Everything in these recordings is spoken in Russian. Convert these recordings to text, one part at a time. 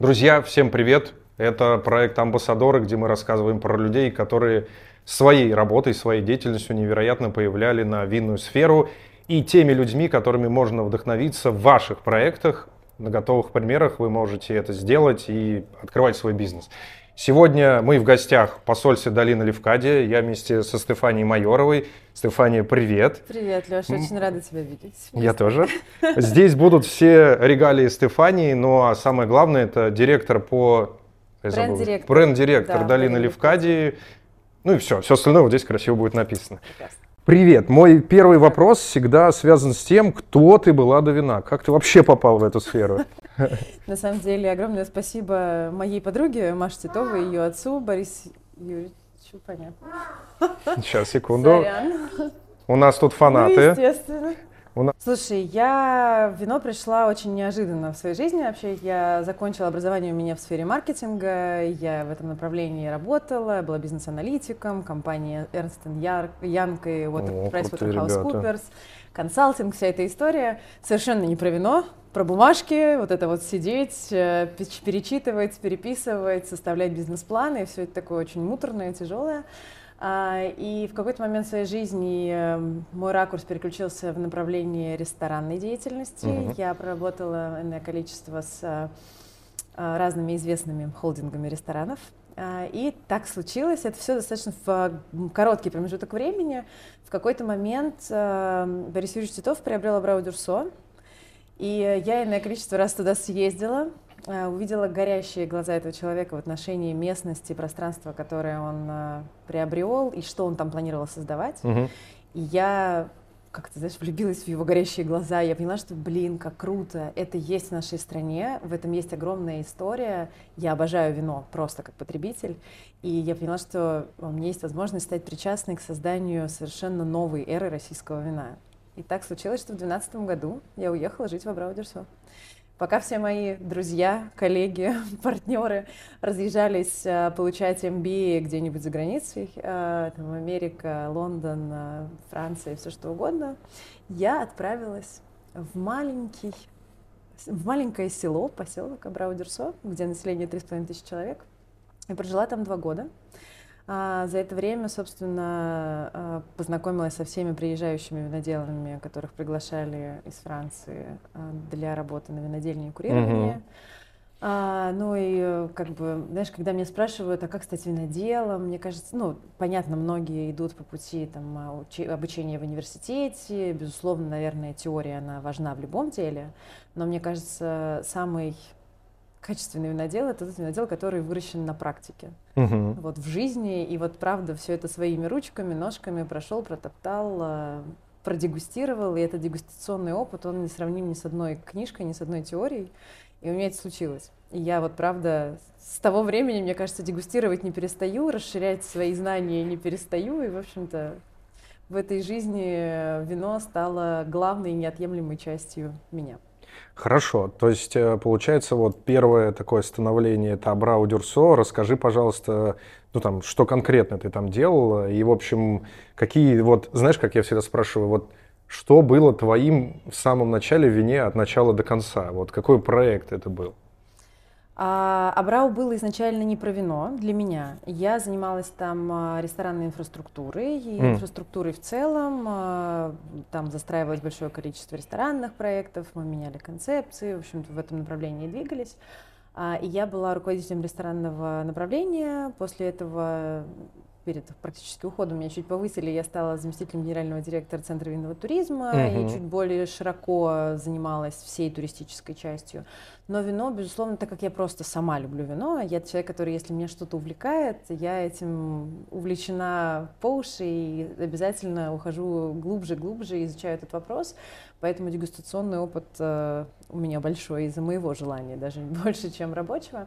Друзья, всем привет! Это проект «Амбассадоры», где мы рассказываем про людей, которые своей работой, своей деятельностью невероятно повлияли на винную сферу, и теми людьми, которыми можно вдохновиться в ваших проектах. На готовых примерах вы можете это сделать и открывать свой бизнес. Сегодня мы в гостях в посольстве долины Левкадия. Я вместе со Стефанией Майоровой. Стефания, привет. Привет, Леша, очень рада тебя видеть. Я тоже. Здесь будут все регалии Стефании, но самое главное, это директор по... Бренд-директор долины Левкадии. Ну и все остальное вот здесь красиво будет написано. Прекрасно. Привет. Мой первый вопрос всегда связан с тем, кто ты была до вина. Как ты вообще попал в эту сферу? На самом деле, огромное спасибо моей подруге Маше Титовой и ее отцу Борису Юрьевичу. Понятно. Сейчас, секунду. Сорян. У нас тут фанаты. Ну, естественно. Слушай, я в вино пришла очень неожиданно в своей жизни. Вообще, я закончила образование у меня в сфере маркетинга. Я в этом направлении работала, была бизнес-аналитиком, компания Ernst Young и PricewaterhouseCoopers, консалтинг, вся эта история. Совершенно не про вино, про бумажки, вот это вот сидеть, перечитывать, переписывать, составлять бизнес-планы. Все это такое очень муторное, тяжелое. И в какой-то момент в своей жизни мой ракурс переключился в направлении ресторанной деятельности. Я проработала энное количество с разными известными холдингами ресторанов. И так случилось, это все достаточно в короткий промежуток времени. В какой-то момент Борис Юрьевич Титов приобрел Абрау Дюрсо, и я энное количество раз туда съездила. Увидела горящие глаза этого человека в отношении местности, пространства, которое он приобрел, и что он там планировал создавать. И я, как-то, знаешь, влюбилась в его горящие глаза. Я поняла, что, как круто, это есть в нашей стране, в этом есть огромная история. Я обожаю вино просто как потребитель. И я поняла, что у меня есть возможность стать причастной к созданию совершенно новой эры российского вина. И так случилось, что в 2012 году я уехала жить в Абрау Дюрсо. Пока все мои друзья, коллеги, партнеры разъезжались получать MBA где-нибудь за границей, там Америка, Лондон, Франция, все что угодно, я отправилась в маленькое село, поселок Абрау Дюрсо, где население 3500 человек, и прожила там 2 года. За это время, собственно, познакомилась со всеми приезжающими виноделами, которых приглашали из Франции для работы на винодельне и курирования. Ну и знаешь, когда меня спрашивают, а как стать виноделом, мне кажется, понятно, многие идут по пути обучения в университете, безусловно, наверное, теория, она важна в любом деле, но мне кажется, самый качественный винодел — это тот винодел, который выращен на практике, вот в жизни, и вот правда все это своими ручками, ножками прошел, протоптал, продегустировал, и этот дегустационный опыт, он не сравним ни с одной книжкой, ни с одной теорией, и у меня это случилось. И я вот правда с того времени, мне кажется, дегустировать не перестаю, расширять свои знания не перестаю, и в общем-то в этой жизни вино стало главной и неотъемлемой частью меня. Хорошо, то есть получается вот первое такое становление — это Абрау Дюрсо. Расскажи, пожалуйста, что конкретно ты там делала и, в общем, какие, знаешь, как я всегда спрашиваю, что было твоим в самом начале в вине от начала до конца, какой проект это был? Абрау было изначально не про вино для меня. Я занималась там ресторанной инфраструктурой и инфраструктурой в целом. Там застраивалось большое количество ресторанных проектов, мы меняли концепции, в общем-то, в этом направлении двигались. И я была руководителем ресторанного направления. После этого, перед практически уходом, меня чуть повысили, я стала заместителем генерального директора Центра винного туризма и чуть более широко занималась всей туристической частью. Но вино, безусловно, так как я просто сама люблю вино, я человек, который, если меня что-то увлекает, я этим увлечена по уши и обязательно ухожу глубже, изучаю этот вопрос. Поэтому дегустационный опыт у меня большой из-за моего желания, даже больше, чем рабочего.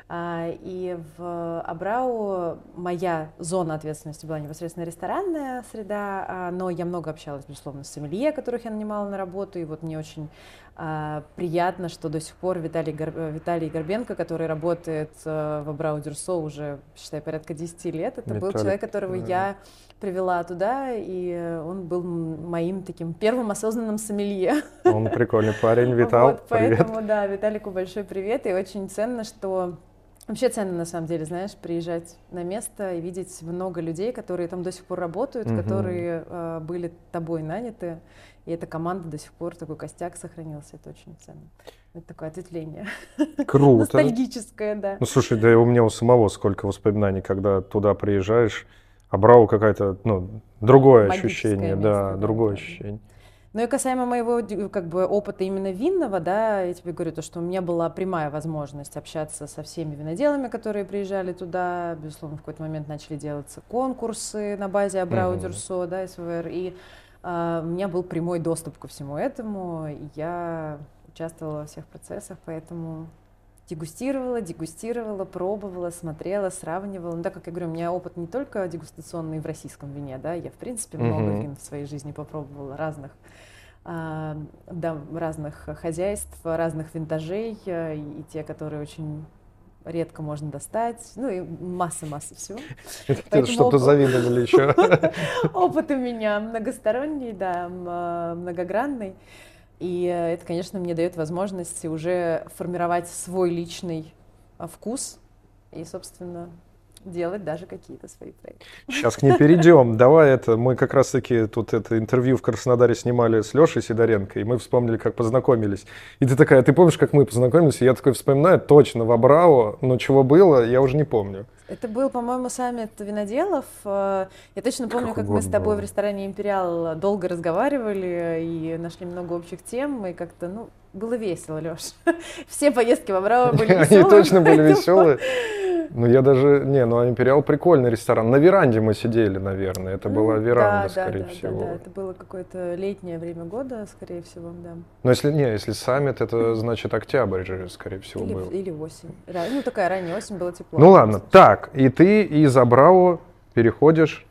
И в Абрау моя зона ответственности была непосредственно ресторанная среда, но я много общалась, безусловно, с сомелье, которых я нанимала на работу, и вот мне очень Приятно, что до сих пор Виталий Горбенко, который работает в Абрау Дюрсо уже, считай, порядка 10 лет, это был человек, которого я привела туда, и он был моим таким первым осознанным сомелье. Он прикольный парень, Витал, вот, поэтому, да, Виталику большой привет, и очень ценно, что... Вообще ценно, на самом деле, знаешь, приезжать на место и видеть много людей, которые там до сих пор работают, которые были тобой наняты, и эта команда до сих пор, такой костяк сохранился, это очень ценно. Это такое ответвление. Круто. Ностальгическое, да. Ну, слушай, да и у меня у самого сколько воспоминаний, когда туда приезжаешь, Абрау какое-то, другое ощущение, да, другое ощущение. Ну и касаемо моего как бы опыта именно винного, да, я тебе говорю то, что у меня была прямая возможность общаться со всеми виноделами, которые приезжали туда. Безусловно, в какой-то момент начали делаться конкурсы на базе Абрау Дюрсо, да, СВР, и у меня был прямой доступ ко всему этому, и я участвовала во всех процессах, поэтому дегустировала, пробовала, смотрела, сравнивала. Ну, так как я говорю, у меня опыт не только дегустационный в российском вине, да, я, в принципе, много вин в своей жизни попробовала, разных хозяйств, разных винтажей, и те, которые очень редко можно достать, ну и масса всего. Что-то завидовали еще. Опыт у меня многосторонний, да, многогранный. И это, конечно, мне дает возможность уже формировать свой личный вкус и, собственно, делать даже какие-то свои проекты. Сейчас к ней перейдем. Давай мы как раз-таки тут это интервью в Краснодаре снимали с Лешей Сидоренко, и мы вспомнили, как познакомились. И ты такая, ты помнишь, как мы познакомились? И я такой вспоминаю, точно, в Абрау, но чего было, я уже не помню. Это был, по-моему, саммит виноделов. Я точно помню, как мы с тобой в ресторане «Империал» долго разговаривали и нашли много общих тем, и как-то, было весело, Леш. Все поездки в Абрау были веселые. Они точно были веселые. «Империал» прикольный ресторан. На веранде мы сидели, наверное. Это была веранда, скорее всего. Да, это было какое-то летнее время года, скорее всего, да. Но если саммит, это значит октябрь же, скорее всего, был. Или осень. Такая ранняя осень, было тепло. Ну ладно, так, и ты из Абрау переходишь...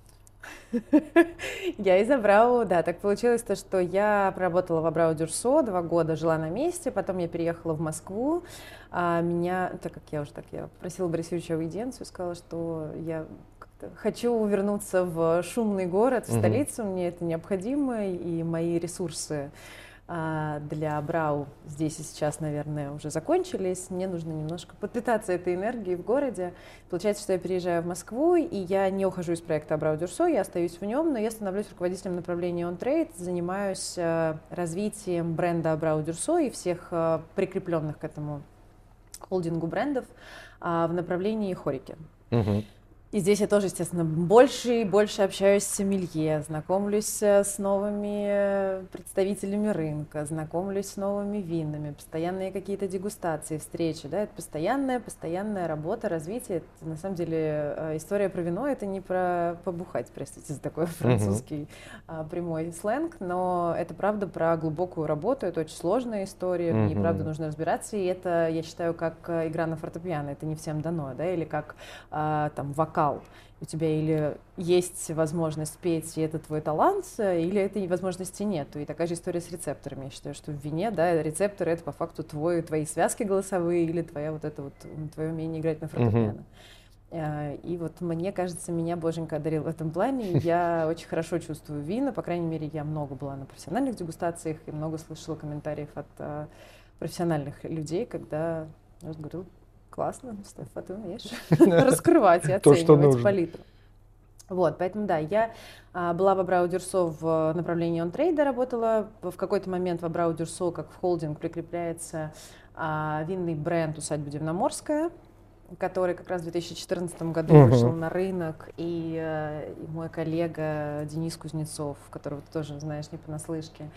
Я из Абрау, да, так получилось то, что я проработала в Абрау Дюрсо 2 года, жила на месте, потом я переехала в Москву, я попросила Бориса Юрьевича аудиенцию, сказала, что я хочу вернуться в шумный город, в столицу, мне это необходимо, и мои ресурсы для Абрау здесь и сейчас, наверное, уже закончились. Мне нужно немножко подпитаться этой энергией в городе. Получается, что я переезжаю в Москву, и я не ухожу из проекта Абрау Дюрсо, я остаюсь в нем, но я становлюсь руководителем направления On Trade, занимаюсь развитием бренда Абрау Дюрсо и всех прикрепленных к этому холдингу брендов в направлении хорики. И здесь я тоже, естественно, больше и больше общаюсь с сомелье, знакомлюсь с новыми представителями рынка, знакомлюсь с новыми винами, постоянные какие-то дегустации, встречи, да, это постоянная работа, развитие. Это, на самом деле, история про вино — это не про побухать, простите за такой французский прямой сленг, но это правда про глубокую работу, это очень сложная история, в ней правда нужно разбираться, и это, я считаю, как игра на фортепиано, это не всем дано, да, или как там вокал. У тебя или есть возможность петь, и это твой талант, или этой возможности нету. И такая же история с рецепторами. Я считаю, что в вине, да, рецепторы — это по факту твои связки голосовые или твое умение играть на фортепиано. И вот мне кажется, меня Боженька одарил в этом плане. Я очень хорошо чувствую вина, по крайней мере, я много была на профессиональных дегустациях и много слышала комментариев от профессиональных людей, когда я говорю: классно, Стеф, ты умеешь раскрывать и оценивать палитру. Вот, поэтому, да, я была в Абрау Дюрсо в направлении On Trade, работала. В какой-то момент в Абрау Дюрсо, как в холдинг, прикрепляется винный бренд «Усадьба Дивноморская», который как раз в 2014 году вышел на рынок, и мой коллега Денис Кузнецов, которого ты тоже знаешь не понаслышке,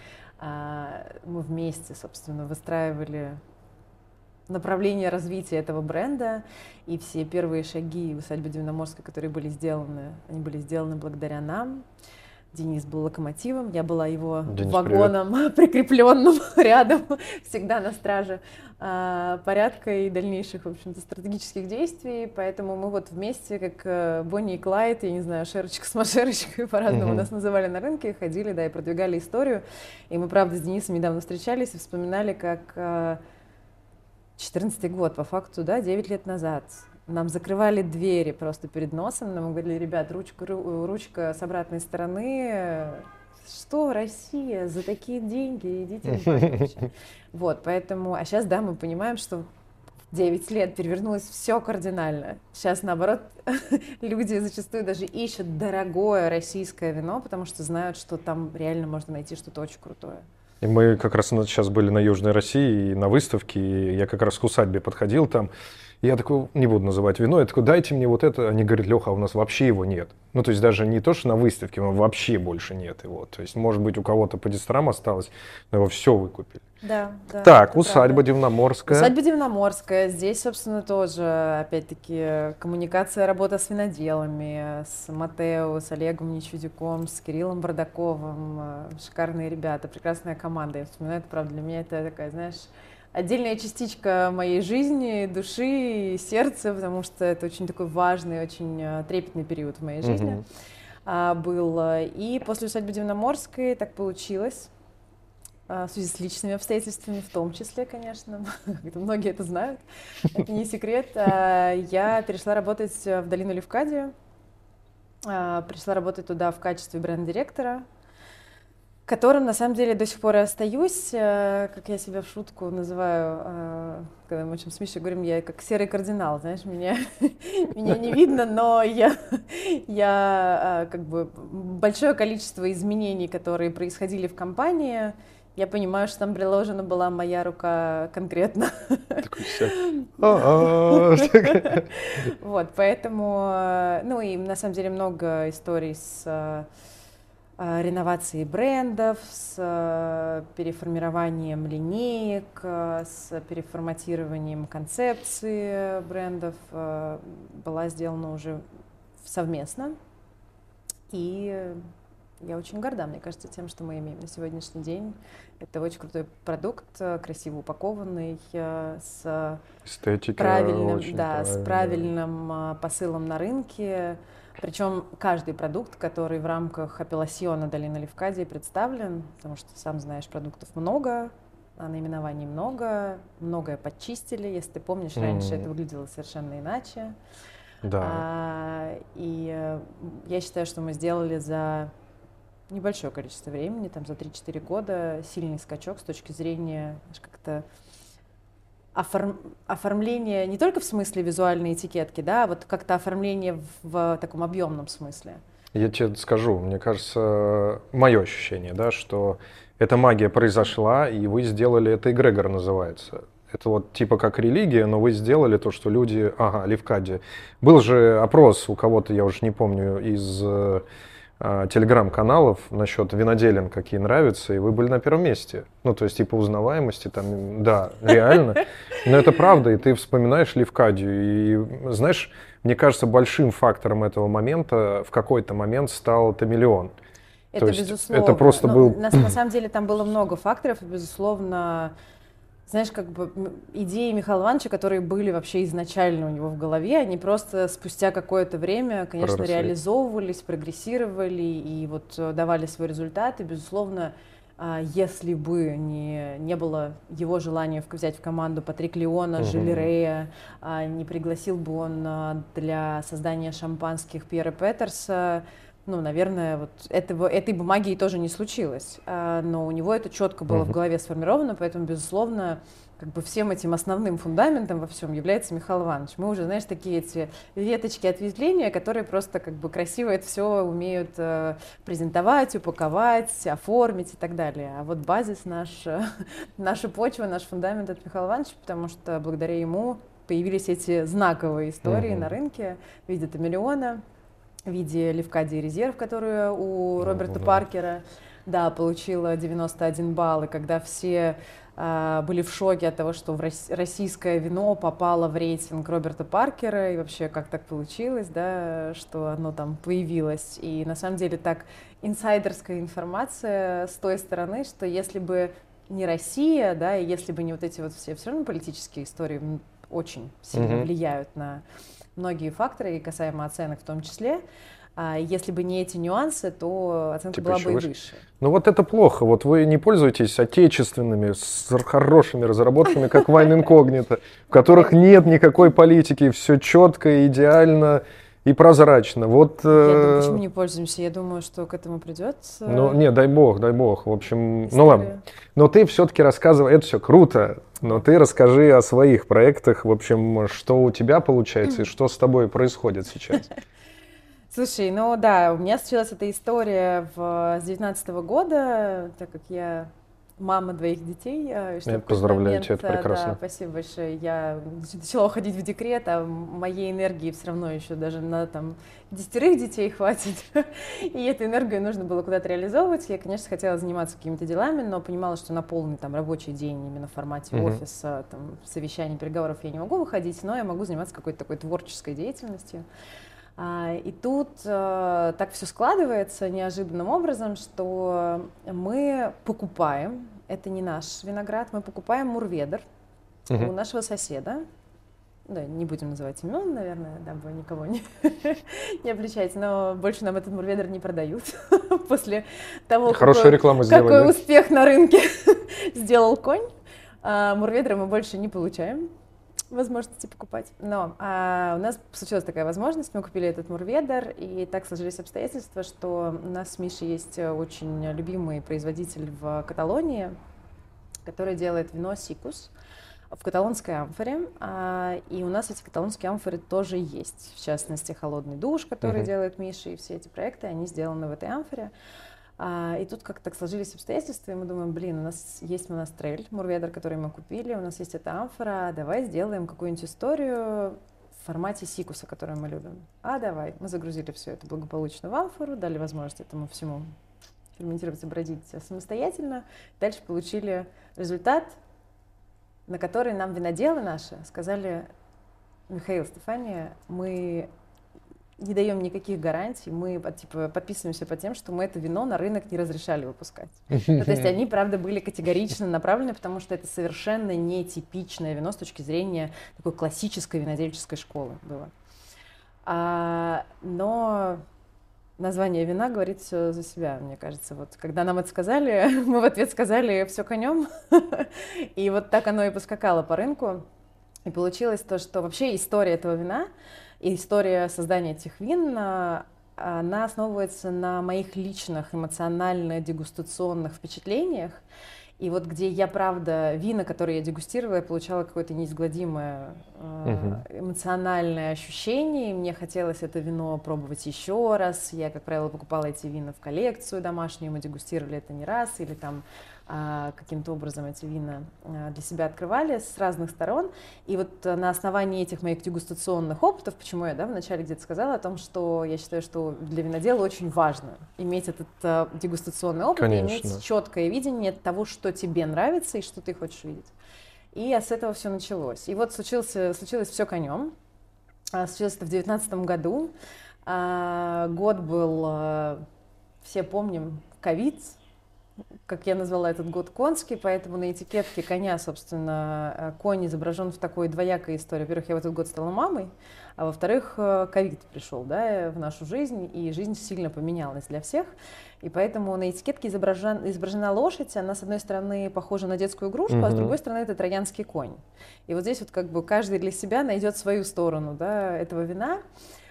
мы вместе, собственно, выстраивали направление развития этого бренда, и все первые шаги в «Усадьбе Дивноморской», которые были сделаны, они были сделаны благодаря нам. Денис был локомотивом, я была его Денис, вагоном, прикрепленным рядом, всегда на страже порядка и дальнейших, в общем-то, стратегических действий. Поэтому мы вот вместе, как Бонни и Клайд, я не знаю, Шерочка с Машерочкой, по-разному нас называли на рынке, ходили, да, и продвигали историю. И мы, правда, с Денисом недавно встречались и вспоминали, как 14-й год, по факту, да, 9 лет назад. Нам закрывали двери просто перед носом, нам говорили: ребят, ручка с обратной стороны, что Россия, за такие деньги, идите в банк вообще. Вот, поэтому, а сейчас, да, мы понимаем, что 9 лет перевернулось все кардинально. Сейчас, наоборот, люди зачастую даже ищут дорогое российское вино, потому что знают, что там реально можно найти что-то очень крутое. И мы как раз сейчас были на Южной России, и на выставке, и я как раз к усадьбе подходил там. Я такой, не буду называть вино, я такой: дайте мне вот это. Они говорят: Леха, а у нас вообще его нет. Ну, то есть даже не то, что на выставке, но вообще больше нет его. То есть, может быть, у кого-то по дистрам осталось, но его все выкупили. Да, да. Так, усадьба Дивноморская. Усадьба Дивноморская. Здесь, собственно, тоже, опять-таки, коммуникация, работа с виноделами, с Матео, с Олегом Нечудюком, с Кириллом Бардаковым. Шикарные ребята, прекрасная команда. Я вспоминаю, это, правда, для меня это такая, знаешь, отдельная частичка моей жизни, души и сердца, потому что это очень такой важный, очень трепетный период в моей жизни был. И после усадьбы Дивноморской так получилось, в связи с личными обстоятельствами в том числе, конечно, многие это знают, это не секрет, я перешла работать в долину Левкадию, пришла работать туда в качестве бренд-директора, которым, на самом деле, до сих пор и остаюсь, как я себя в шутку называю, когда мы очень смешно говорим, я как серый кардинал, знаешь, меня не видно, но я как бы большое количество изменений, которые происходили в компании, я понимаю, что там приложена была моя рука конкретно. Вот, поэтому, ну и на самом деле много историй с реновацией брендов, с переформированием линеек, с переформатированием концепции брендов была сделана уже совместно. И я очень горда, мне кажется, тем, что мы имеем на сегодняшний день. Это очень крутой продукт, красиво упакованный, с правильным, да, с правильным посылом на рынке. Причем каждый продукт, который в рамках апелласьона долины Левкадии представлен, потому что, сам знаешь, продуктов много, наименований много, многое подчистили. Если ты помнишь, раньше это выглядело совершенно иначе. Да. И я считаю, что мы сделали за небольшое количество времени, там за 3-4 года, сильный скачок с точки зрения как-то оформление не только в смысле визуальной этикетки, да, а вот как-то оформление в таком объемном смысле. Я тебе скажу, мне кажется, мое ощущение, да, что эта магия произошла, и вы сделали, это эгрегор называется. Это вот типа как религия, но вы сделали то, что люди... Ага, Левкадия. Был же опрос у кого-то, я уже не помню, из телеграм-каналов насчет виноделин, какие нравятся, и вы были на первом месте. Ну, то есть, типа, узнаваемости там, да, реально. Но это правда, и ты вспоминаешь Левкадию. И, знаешь, мне кажется, большим фактором этого момента в какой-то момент стал Томиллион. Это безусловно. Это просто был... На самом деле там было много факторов, и, безусловно, знаешь, как бы идеи Михаила Ивановича, которые были вообще изначально у него в голове, они просто спустя какое-то время, конечно, реализовывались, прогрессировали и вот давали свой результат. И, безусловно, если бы не было его желания взять в команду Патрик Леона, Жиль Рея, не пригласил бы он для создания шампанских Пьера Петерса, ну, наверное, вот этой бы магии тоже не случилось, но у него это четко было в голове сформировано, поэтому, безусловно, как бы всем этим основным фундаментом во всем является Михаил Иванович. Мы уже, знаешь, такие эти веточки ответвления, которые просто как бы красиво это все умеют презентовать, упаковать, оформить и так далее. А вот базис наша почва, наш фундамент — это Михаил Иванович, потому что благодаря ему появились эти знаковые истории на рынке в виде Томиллиона, в виде Левкадии резерв, которую у Роберта Паркера, да, получила 91 балл, и когда все были в шоке от того, что российское вино попало в рейтинг Роберта Паркера, и вообще как так получилось, да, что оно там появилось. И на самом деле так инсайдерская информация с той стороны, что если бы не Россия, да, и если бы не вот эти вот все равно политические истории очень сильно влияют на многие факторы, и касаемо оценок в том числе. А если бы не эти нюансы, то оценка была бы и выше. Ну вот это плохо. Вот вы не пользуетесь отечественными, хорошими разработками, как Wine Incognito, в которых нет никакой политики, все четко, идеально и прозрачно. Вот, Я думаю, почему не пользуемся? Я думаю, что к этому придет. Ну, не, дай бог. В общем, история. Ну ладно. Но ты все-таки рассказывай, это все круто, но ты расскажи о своих проектах, в общем, что у тебя получается и что с тобой происходит сейчас. Слушай, ну да, у меня случилась эта история с 2019 года, так как я мама 2 детей. Я поздравляю тебя, это прекрасно. Да, спасибо большое. Я начала уходить в декрет, а моей энергии все равно еще даже на там 10 детей хватит. И эту энергию нужно было куда-то реализовывать. Я, конечно, хотела заниматься какими-то делами, но понимала, что на полный там рабочий день именно в формате офиса, там, совещаний, переговоров я не могу выходить, но я могу заниматься какой-то такой творческой деятельностью. И тут так все складывается неожиданным образом, что мы покупаем, это не наш виноград, мы покупаем мурведер у нашего соседа. Да, не будем называть имен, наверное, дабы никого не обличать, но больше нам этот мурведер не продают после того, какой успех на рынке сделал конь. Мурведера мы больше не получаем возможности покупать. Но у нас случилась такая возможность, мы купили этот мурведер, и так сложились обстоятельства, что у нас с Мишей есть очень любимый производитель в Каталонии, который делает вино Сикус в каталонской амфоре, и у нас эти каталонские амфоры тоже есть, в частности, холодный душ, который делает Миша, и все эти проекты, они сделаны в этой амфоре. И тут как-то так сложились обстоятельства, и мы думаем, у нас есть монастрель, мурведер, который мы купили, у нас есть эта амфора, давай сделаем какую-нибудь историю в формате сикуса, который мы любим. Давай. Мы загрузили все это благополучно в амфору, дали возможность этому всему ферментироваться, бродить самостоятельно. Дальше получили результат, на который нам виноделы наши сказали: Михаил, Стефания, мы не даем никаких гарантий, мы подписываемся под тем, что мы это вино на рынок не разрешали выпускать. Ну, то есть они, правда, были категорично направлены, потому что это совершенно нетипичное вино с точки зрения такой классической винодельческой школы было. Но название вина говорит все за себя, мне кажется. Вот когда нам это сказали, мы в ответ сказали: все конем. И вот так оно и поскакало по рынку. И получилось то, что вообще история этого вина и история создания этих вин, она основывается на моих личных эмоционально-дегустационных впечатлениях. И вот где я, правда, вина, которые я дегустировала, я получала какое-то неизгладимое эмоциональное ощущение. И мне хотелось это вино пробовать еще раз. Я, как правило, покупала эти вина в коллекцию домашнюю, мы дегустировали это не раз, или там каким-то образом эти вина для себя открывали с разных сторон. И вот на основании этих моих дегустационных опытов, почему я вначале где-то сказала о том, что я считаю, что для винодела очень важно иметь этот дегустационный опыт, конечно, и иметь четкое видение того, что тебе нравится и что ты хочешь видеть. И с этого все началось. И вот случилось все конем. Случилось это в 2019 году. Год был, все помним, ковид. Как я назвала этот год, конский, поэтому на этикетке коня, собственно, конь изображен в такой двоякой истории. Во-первых, я в этот год стала мамой, а во-вторых, ковид пришел, в нашу жизнь, и жизнь сильно поменялась для всех. И поэтому на этикетке изображена лошадь, она, с одной стороны, похожа на детскую игрушку, а с другой стороны, это троянский конь. И вот здесь вот как бы каждый для себя найдет свою сторону, этого вина.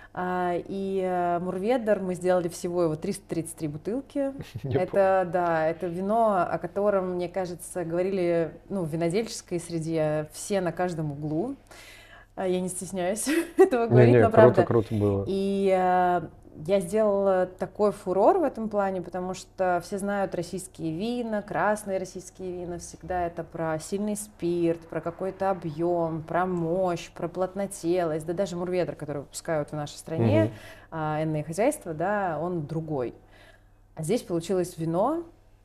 И мурведер мы сделали всего его 333 бутылки. Это вино, о котором, мне кажется, говорили в винодельческой среде все на каждом углу. Я не стесняюсь этого говорить, но правда. Круто было. И я сделала такой фурор в этом плане, потому что все знают российские вина, красные российские вина. Всегда это про сильный спирт, про какой-то объем, про мощь, про плотнотелость. Да даже мурведер, который выпускают в нашей стране, энные хозяйства, он другой. А здесь получилось вино,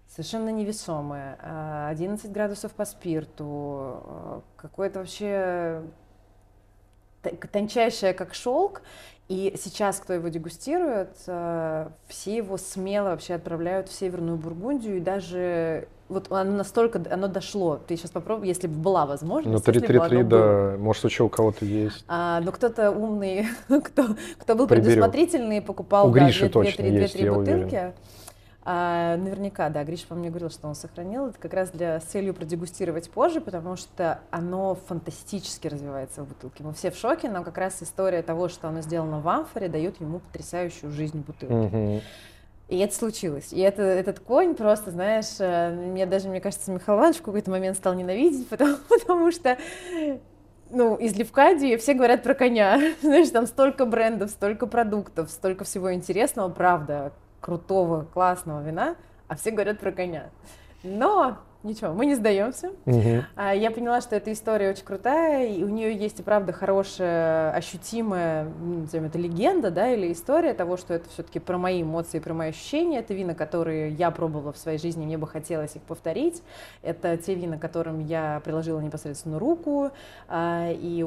совершенно невесомое, 11 градусов по спирту, какое-то вообще тончайшее, как шелк. И сейчас, кто его дегустирует, все его смело вообще отправляют в Северную Бургундию, и даже вот оно настолько, оно дошло. Ты сейчас попробуй, если бы была возможность. Ну, 333, да, может, еще у кого-то есть. Но кто-то умный, кто был Приберет. предусмотрительный, покупал у Гриши 2-3 бутылки. Уверен. Наверняка, да, Гриша, по-моему, говорил, что он сохранил. Это как раз с целью продегустировать позже, потому что оно фантастически развивается в бутылке. Мы все в шоке, но как раз история того, что оно сделано в амфоре, дает ему потрясающую жизнь бутылки. И это случилось. И этот конь просто, знаешь, мне кажется, Михаил Иванович в какой-то момент стал ненавидеть, потому что из Левкадии все говорят про коня. Знаешь, там столько брендов, столько продуктов, столько всего интересного, правда, крутого, классного вина, а все говорят про коня. Но ничего, мы не сдаемся. Я поняла, что эта история очень крутая, и у нее есть и правда хорошая, ощутимая, назовем это легенда, да, или история того, что это все-таки про мои эмоции, про мои ощущения. Это вина, которые я пробовала в своей жизни, мне бы хотелось их повторить. Это те вина, которым я приложила непосредственно руку, и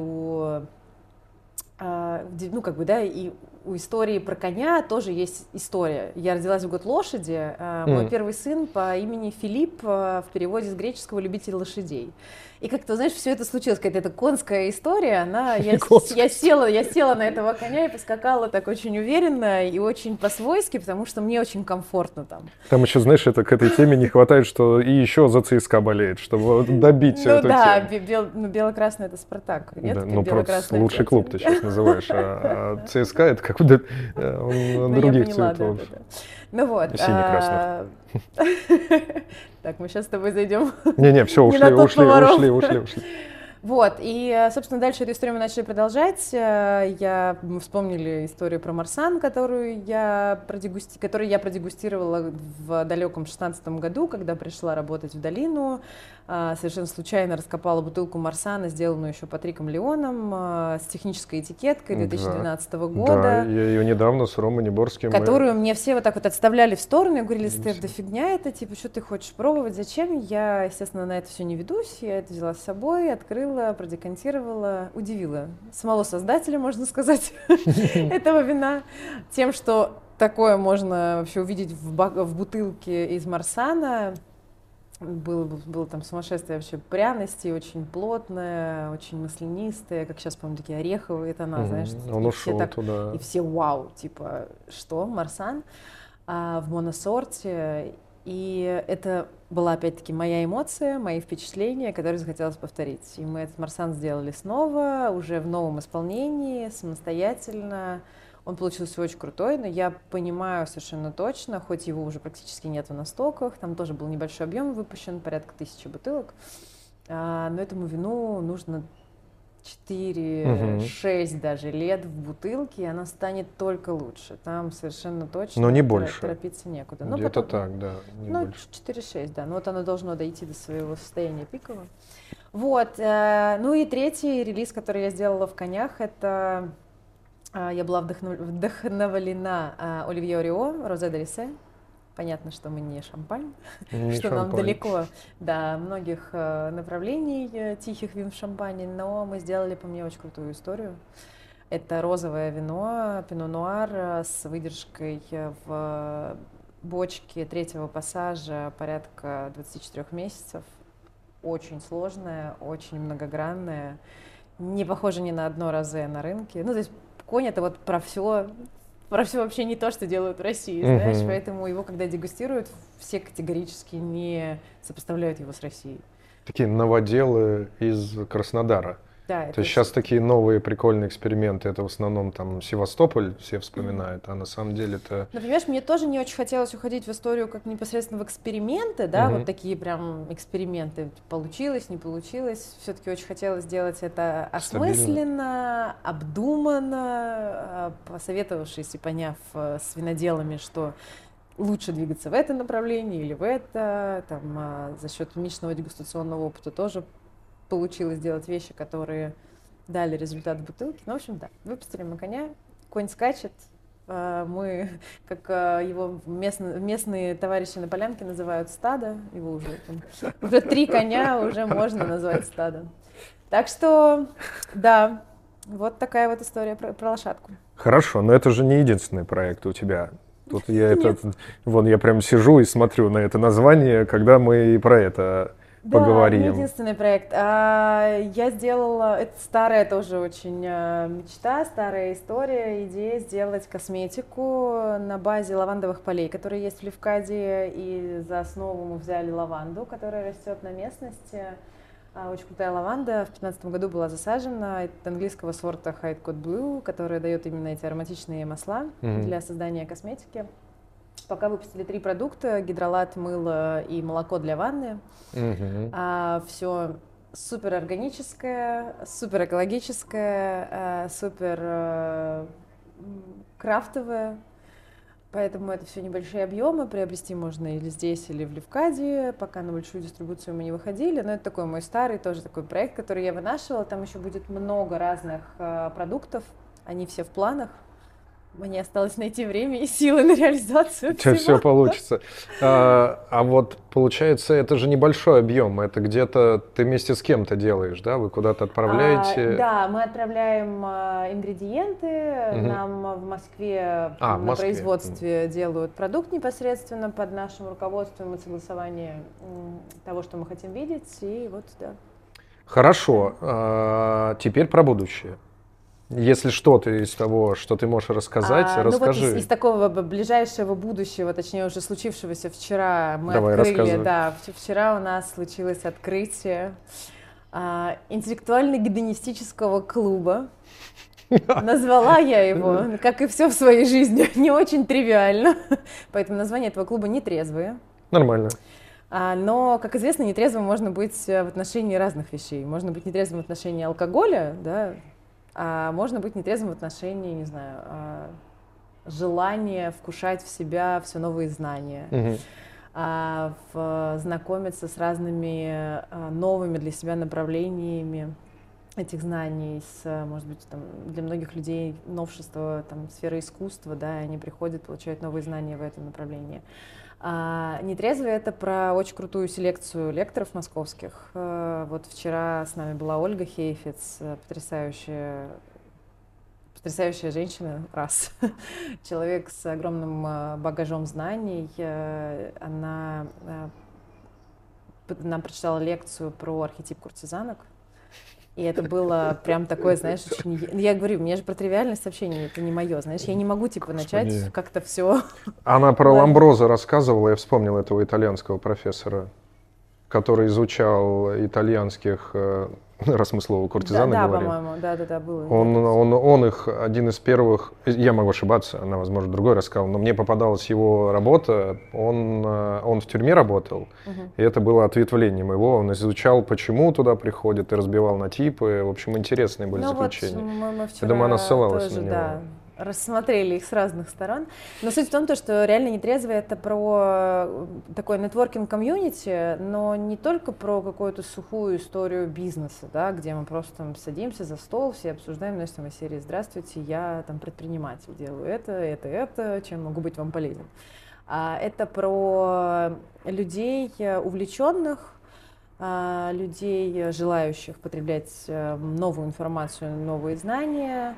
и у истории про коня тоже есть история. Я родилась в год лошади. Мой первый сын по имени Филипп, в переводе с греческого «любитель лошадей». И как-то, знаешь, все это случилось, какая-то конская история. Я села на этого коня и поскакала так очень уверенно и очень по-свойски, потому что мне очень комфортно там. Там еще, знаешь, это к этой теме не хватает, что и еще за ЦСКА болеет, чтобы добить эту тему. Бело-красный — это «Спартак». Нет, да, просто лучший клуб ты сейчас называешь, а ЦСКА — это какой-то других цветов. Ну вот. Синий-красный. Так, мы сейчас с тобой зайдем. Не-не, все, ушли. Вот, и, собственно, дальше эту историю мы начали продолжать. Мы вспомнили историю про Марсан, которую я продегустировала в далеком 16-м году, когда пришла работать в долину. Совершенно случайно раскопала бутылку Марсана, сделанную еще Патриком Леоном, с технической этикеткой 2012 года. Да, я ее недавно с Ромой Неборским... Которую мне все вот так вот отставляли в сторону и говорили: Стеф, да фигня это, типа, что ты хочешь пробовать, зачем? Я, естественно, на это все не ведусь, я это взяла с собой, открыла, продекантировала, удивила самого создателя, можно сказать, этого вина тем, что такое можно вообще увидеть в бутылке из Марсана. Было там сумасшествие вообще пряности, очень плотное, очень маслянистое, как сейчас, по-моему, такие ореховые тона, знаешь. Он ушел туда. И все вау, типа, что, Марсан? В моносорте. И это была, опять-таки, моя эмоция, мои впечатления, которые захотелось повторить. И мы этот Марсан сделали снова, уже в новом исполнении, самостоятельно. Он получился очень крутой, но я понимаю совершенно точно, хоть его уже практически нет на стоках, там тоже был небольшой объем выпущен, порядка 1000 бутылок, но этому вину нужно 4-6 даже лет в бутылке, и она станет только лучше. Там совершенно точно но не больше. Торопиться некуда. Где-то так, да. Не больше. 4-6, да. Но вот оно должно дойти до своего состояния пикового. Вот. Ну и третий релиз, который я сделала в конях, это... Я была вдохновлена Оливье Орио, Розе де Рисе. Понятно, что мы не шампань, что нам далеко до многих направлений тихих вин в шампане, но мы сделали, по мне, очень крутую историю. Это розовое вино, пино-нуар с выдержкой в бочке 3-го пассажа порядка 24 месяцев. Очень сложное, очень многогранное, не похоже ни на одно розе на рынке. Ну, то есть конь — это вот про все вообще не то, что делают в России, знаешь, поэтому его, когда дегустируют, все категорически не сопоставляют его с Россией. Такие новоделы из Краснодара. Да, то есть сейчас такие новые прикольные эксперименты, это в основном там Севастополь все вспоминают, а на самом деле это... Ну, понимаешь, мне тоже не очень хотелось уходить в историю как непосредственно в эксперименты, да, вот такие прям эксперименты. Получилось, не получилось. Все-таки очень хотелось сделать это осмысленно, обдуманно, посоветовавшись и поняв с виноделами, что лучше двигаться в это направление или в это. Там, за счет личного дегустационного опыта тоже получилось сделать вещи, которые дали результат в бутылке. Ну, в общем, да, выпустили мы коня, конь скачет, Мы, как его местные товарищи на полянке называют, стадо. Его уже 3 коня уже можно назвать стадом. Так что, да, вот такая вот история про лошадку. Хорошо, но это же не единственный проект у тебя. Тут я прям сижу и смотрю на это название, когда мы и про это поговорим. Да, не единственный проект. Я сделала, это старая тоже очень мечта, старая история, идея сделать косметику на базе лавандовых полей, которые есть в Левкаде, и за основу мы взяли лаванду, которая растет на местности. Очень крутая лаванда, в 2015 году была засажена, от английского сорта Hide Code Blue, которая дает именно эти ароматичные масла для создания косметики. Пока выпустили 3 продукта: гидролат, мыло и молоко для ванны. Все супер органическое, супер экологическое, супер крафтовое. Поэтому это все небольшие объемы, приобрести можно или здесь, или в Левкаде, пока на большую дистрибуцию мы не выходили. Но это такой мой старый тоже такой проект, который я вынашивала. Там еще будет много разных продуктов, они все в планах. Мне осталось найти время и силы на реализацию всего. Все получится. А вот получается, это же небольшой объем, это где-то ты вместе с кем-то делаешь, да? Вы куда-то отправляете? Да, мы отправляем ингредиенты, нам в Москве на производстве делают продукт непосредственно под нашим руководством и согласование того, что мы хотим видеть, и вот, да. Хорошо, теперь про будущее. Если что-то из того, что ты можешь рассказать, расскажи. Ну вот из такого ближайшего будущего, точнее уже случившегося вчера, мы Давай, открыли, рассказывай. да, вчера у нас случилось открытие интеллектуально-гедонистического клуба. Назвала я его, как и все в своей жизни, не очень тривиально, поэтому название этого клуба «Нетрезвые». Нормально. Но, как известно, нетрезвым можно быть в отношении разных вещей. Можно быть нетрезвым в отношении алкоголя, да, а можно быть нетрезвым в отношении, не знаю, желания вкушать в себя все новые знания, знакомиться с разными новыми для себя направлениями этих знаний, может быть, там, для многих людей новшество, там, сфера искусства, да, они приходят, получают новые знания в этом направлении. Нетрезвые — это про очень крутую селекцию лекторов московских. Вот вчера с нами была Ольга Хейфиц, потрясающая женщина, человек с огромным багажом знаний. Она нам прочитала лекцию про архетип куртизанок. И это было прям такое, знаешь, очень... Я говорю, мне же про тривиальность общения, это не мое, знаешь, я не могу, начать как-то все... Она про Ламброзо рассказывала, я вспомнил этого итальянского профессора, который изучал итальянских, раз мы слово куртизаны говорим. По-моему, да, было. Он их один из первых, я могу ошибаться, она, возможно, другой рассказала, но мне попадалась его работа, он в тюрьме работал, и это было ответвлением его, он изучал, почему туда приходят, и разбивал на типы, в общем, интересные были заключения. Мы вчера я думаю, она ссылалась тоже, на него. Да, рассмотрели их с разных сторон. Но суть в том, что реально нетрезвые — это про такой нетворкинг-комьюнити, но не только про какую-то сухую историю бизнеса, да, где мы просто там садимся за стол, все обсуждаем, знаешь, там из серии «Здравствуйте, я там предприниматель, делаю это, чем могу быть вам полезен». Это про людей увлеченных, людей, желающих потреблять новую информацию, новые знания,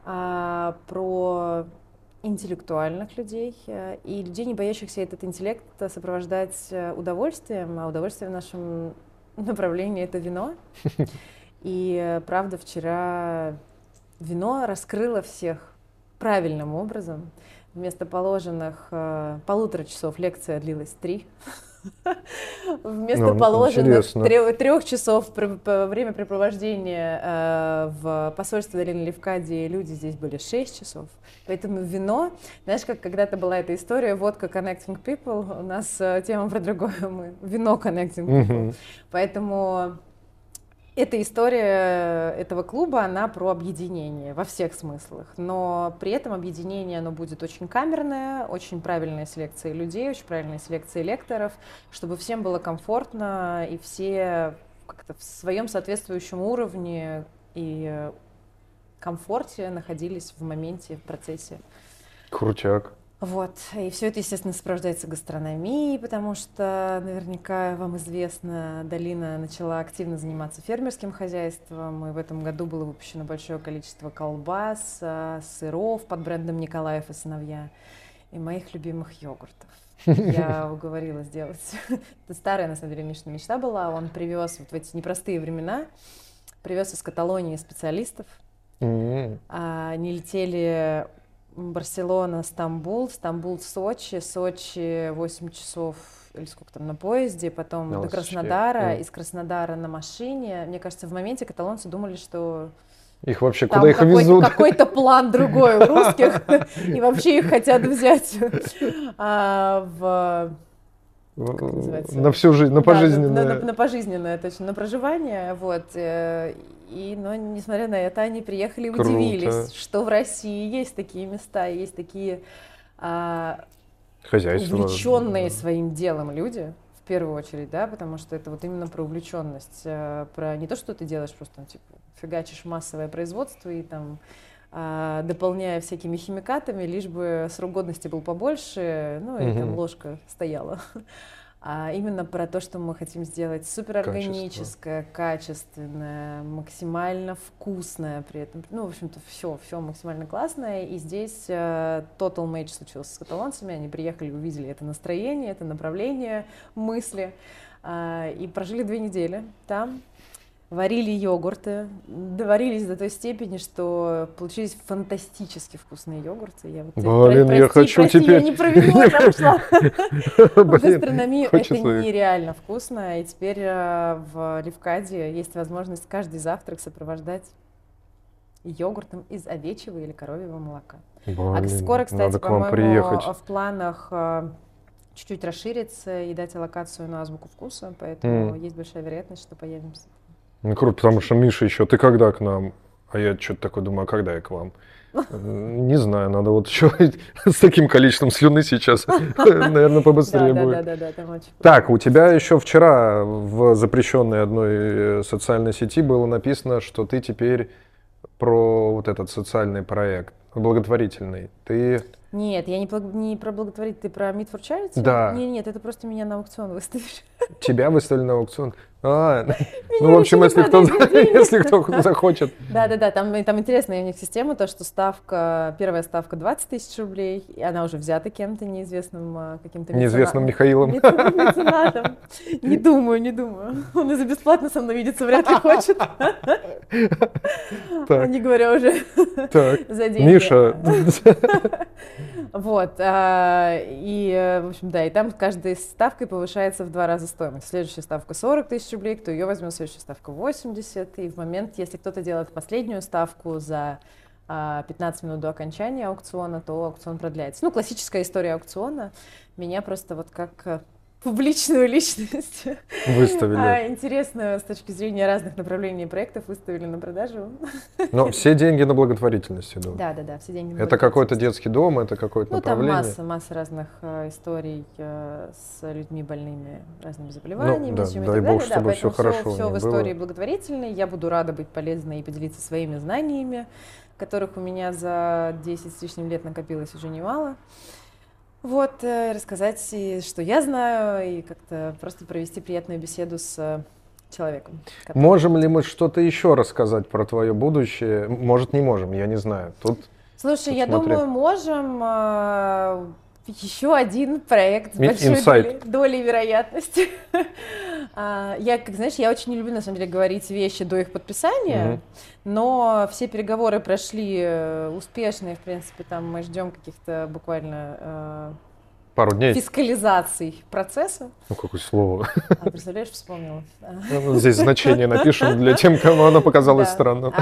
про интеллектуальных людей и людей, не боящихся этот интеллект сопровождать удовольствием, а удовольствие в нашем направлении — это вино. И правда, вчера вино раскрыло всех правильным образом. Вместо положенных 1,5 часов лекция длилась 3. Вместо положенных 3 часов времяпрепровождения в посольстве Долины Левкади люди здесь были 6 часов. Поэтому вино, знаешь, как когда-то была эта история, водка connecting people, у нас тема про другое, вино connecting people. Поэтому эта история этого клуба, она про объединение во всех смыслах, но при этом объединение, оно будет очень камерное, очень правильная селекция людей, очень правильная селекция лекторов, чтобы всем было комфортно и все как-то в своем соответствующем уровне и комфорте находились в моменте, в процессе Крутяк. Вот. И все это, естественно, сопровождается гастрономией, потому что наверняка вам известно, долина начала активно заниматься фермерским хозяйством, и в этом году было выпущено большое количество колбас, сыров под брендом «Николаев и сыновья» и моих любимых йогуртов. Я уговорила сделать. Это старая, на самом деле, Мишина мечта была. Он привез вот в эти непростые времена, привез из Каталонии специалистов. Они летели Барселона, Стамбул, Стамбул, Сочи, Сочи 8 часов или сколько там на поезде, потом до Краснодара, из Краснодара на машине. Мне кажется, в моменте каталонцы думали, что их вообще куда их везут? Какой-то план другой у русских, и вообще их хотят взять на всю жизнь, на пожизненное. На пожизненное, точно, на проживание, вот. Но, несмотря на это, они приехали и удивились, что в России есть такие места, есть такие увлеченные своим делом люди, в первую очередь, да, потому что это вот именно про увлеченность, про не то, что ты делаешь просто, там, типа, фигачишь массовое производство и там дополняя всякими химикатами, лишь бы срок годности был побольше, ну и там ложка стояла. А именно про то, что мы хотим сделать суперорганическое, качественное, максимально вкусное при этом. Ну, в общем-то, все максимально классное. И здесь total match случился с каталонцами. Они приехали, увидели это настроение, это направление мысли. И прожили 2 недели там. Варили йогурты, доварились до той степени, что получились фантастически вкусные йогурты. Я хочу теперь... Я не про вино пошла. В гастрономии это нереально вкусно. И теперь в Левкаде есть возможность каждый завтрак сопровождать йогуртом из овечьего или коровьего молока. Скоро, кстати, по-моему, в планах чуть-чуть расшириться и дать аллокацию на азбуку вкуса, поэтому есть большая вероятность, что появимся. Ну, круто, потому что Миша еще, ты когда к нам? А я что-то такое думаю, а когда я к вам? Не знаю, надо вот еще с таким количеством слюны сейчас, наверное, побыстрее будет. Да, там очень. Так, у тебя еще вчера в запрещенной одной социальной сети было написано, что ты теперь про вот этот социальный проект, благотворительный. Ты... Нет, я не про благотворительный, ты про Meet for Charity? Да. Нет, это просто меня на аукцион выставишь. Тебя выставили на аукцион? Ну, в общем, если кто захочет. Да, там интересная у них система, то, что первая ставка 20 тысяч рублей, и она уже взята кем-то неизвестным, каким-то неизвестным Михаилом. Меценатом. Не думаю. Он и за бесплатно со мной видеться вряд ли хочет. Не говоря уже за деньги. Миша. Вот, и, в общем, да, и там каждой ставкой повышается в 2 раза стоимость. Следующая ставка 40 тысяч рублей, кто ее возьмет, следующая ставка 80, и в момент, если кто-то делает последнюю ставку за 15 минут до окончания аукциона, то аукцион продляется. Ну, классическая история аукциона. Меня просто вот как публичную личность выставили. Интересную с точки зрения разных направлений проектов выставили на продажу. Но все деньги на благотворительность идут. Да, все деньги на это какой-то детский дом, это какое-то направление? Там масса разных историй с людьми больными разными заболеваниями, дай и так далее. Бог, чтобы все хорошо все в было. истории благотворительной. Я буду рада быть полезной и поделиться своими знаниями, которых у меня за 10 с лишним лет накопилось уже немало. Вот, рассказать, что я знаю, и как-то просто провести приятную беседу с человеком. Можем ли мы что-то еще рассказать про твое будущее? Может, не можем, я не знаю. Слушай, я думаю, можем. Еще один проект с большой долей вероятности. Я очень не люблю, на самом деле, говорить вещи до их подписания, но все переговоры прошли успешно, и, в принципе, там мы ждем каких-то буквально пару дней фискализаций процесса. Ну, какое слово. Представляешь, вспомнила. Здесь значение напишем для тех, кому оно показалось странным.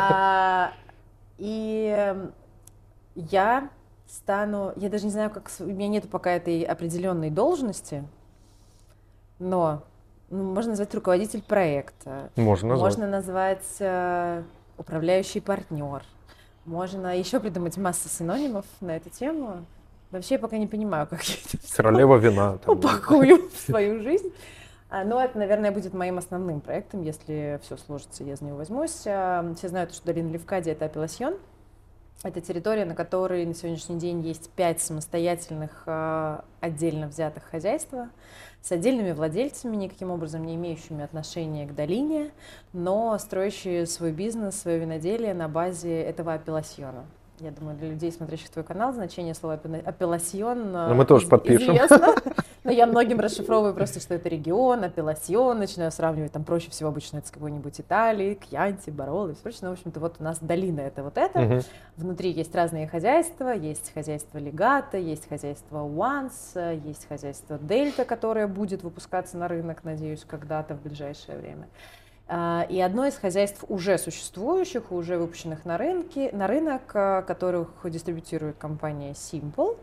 И я даже не знаю, у меня нет пока этой определенной должности, но можно назвать руководитель проекта. Можно назвать управляющий партнер. Можно еще придумать массу синонимов на эту тему. Вообще я пока не понимаю, как я это королева вина упакую в свою жизнь. Но это, наверное, будет моим основным проектом, если все сложится, я за него возьмусь. Все знают, что долина Левкади — это апелласьон. Это территория, на которой на сегодняшний день есть 5 самостоятельных отдельно взятых хозяйств с отдельными владельцами, никаким образом не имеющими отношения к долине, но строящие свой бизнес, свое виноделие на базе этого апелласьона. Я думаю, для людей, смотрящих твой канал, значение слова апелласьон мы тоже подпишем. Известно. Но я многим расшифровываю просто, что это регион, апелласьон, начинаю сравнивать, там проще всего обычно это с какой-нибудь Италией, Кьянти, Бароло и все прочее. Ну, в общем-то, вот у нас долина это вот это. Внутри есть разные хозяйства, есть хозяйство Легато, есть хозяйство Уанс, есть хозяйство Дельта, которое будет выпускаться на рынок, надеюсь, когда-то в ближайшее время. И одно из хозяйств уже существующих, уже выпущенных на рынок, которых дистрибьютирует компания Simple,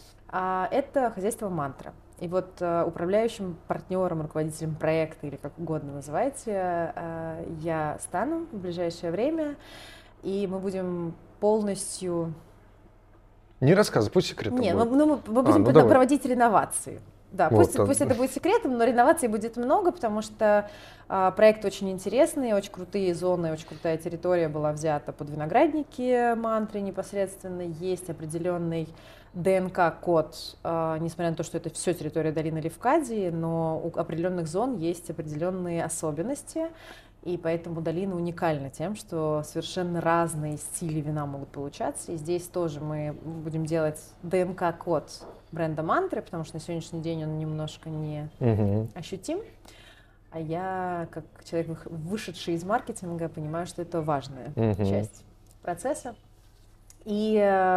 это хозяйство Мантра. И вот управляющим партнером, руководителем проекта, или как угодно называйте, я стану в ближайшее время, и мы будем полностью... Не рассказывай, пусть секретом Нет, будет. мы будем проводить реновации. Да, вот пусть это будет секретом, но реноваций будет много, потому что проект очень интересный, очень крутые зоны, очень крутая территория была взята под виноградники Мантры непосредственно. Есть определенный ДНК-код, несмотря на то, что это все территория долины Левкадии, но у определенных зон есть определенные особенности. И поэтому долина уникальна тем, что совершенно разные стили вина могут получаться. И здесь тоже мы будем делать ДНК-код бренда Мантры, потому что на сегодняшний день он немножко не ощутим. А я, как человек, вышедший из маркетинга, понимаю, что это важная часть процесса. И,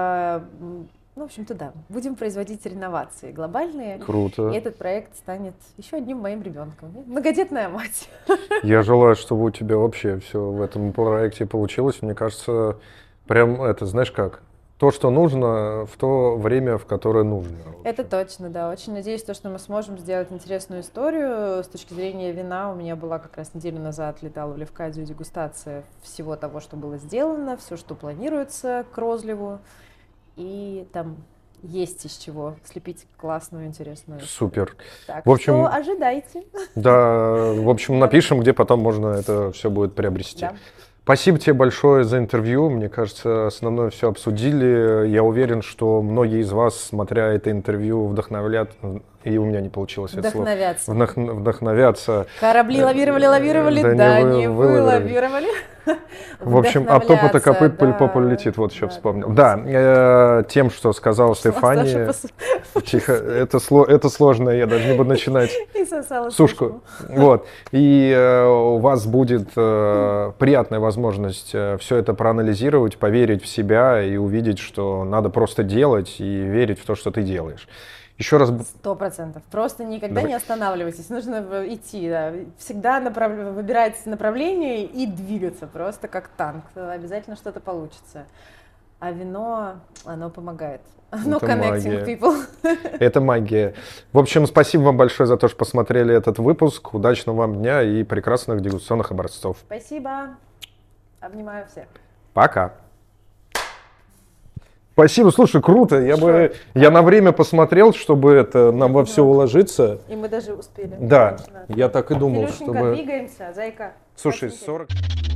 в общем-то, да, будем производить реновации глобальные. Круто. И этот проект станет еще одним моим ребенком. Многодетная мать. Я желаю, чтобы у тебя вообще все в этом проекте получилось. Мне кажется, прям это, знаешь как, то, что нужно в то время, в которое нужно. Это точно, да. Очень надеюсь, что мы сможем сделать интересную историю. С точки зрения вина, у меня была как раз неделю назад, летала в Левкадию дегустация всего того, что было сделано, все, что планируется к розливу. И там есть из чего слепить классную, интересную историю. Супер. Так в общем, что ожидайте. Да, в общем, напишем, где потом можно это все будет приобрести. Да. Спасибо тебе большое за интервью. Мне кажется, основное все обсудили. Я уверен, что многие из вас, смотря это интервью, вдохновлят, и у меня не получилось это слово. Вдохновятся. Корабли лавировали, да, не вылавировали. В общем, от топота копыт пыль по полю летит, вот еще вспомнил. Да, тем, что сказала Стефания. Тихо, это сложно, я даже не буду начинать. И сосала сушку. Вот. И у вас будет приятная возможность все это проанализировать, поверить в себя и увидеть, что надо просто делать и верить в то, что ты делаешь. Еще раз... 100%. Просто никогда не останавливайтесь. Нужно идти. Да. Всегда выбирать направление и двигаться. Просто как танк. Обязательно что-то получится. А вино, оно помогает. Оно connecting people. Это магия. В общем, спасибо вам большое за то, что посмотрели этот выпуск. Удачного вам дня и прекрасных дегустационных образцов. Спасибо. Обнимаю всех. Пока. Спасибо, слушай, круто. Я на время посмотрел, чтобы это нам во все уложиться. И мы даже успели. Да, я так и думал, Илюшенька, чтобы... двигаемся, зайка. Слушай, 40...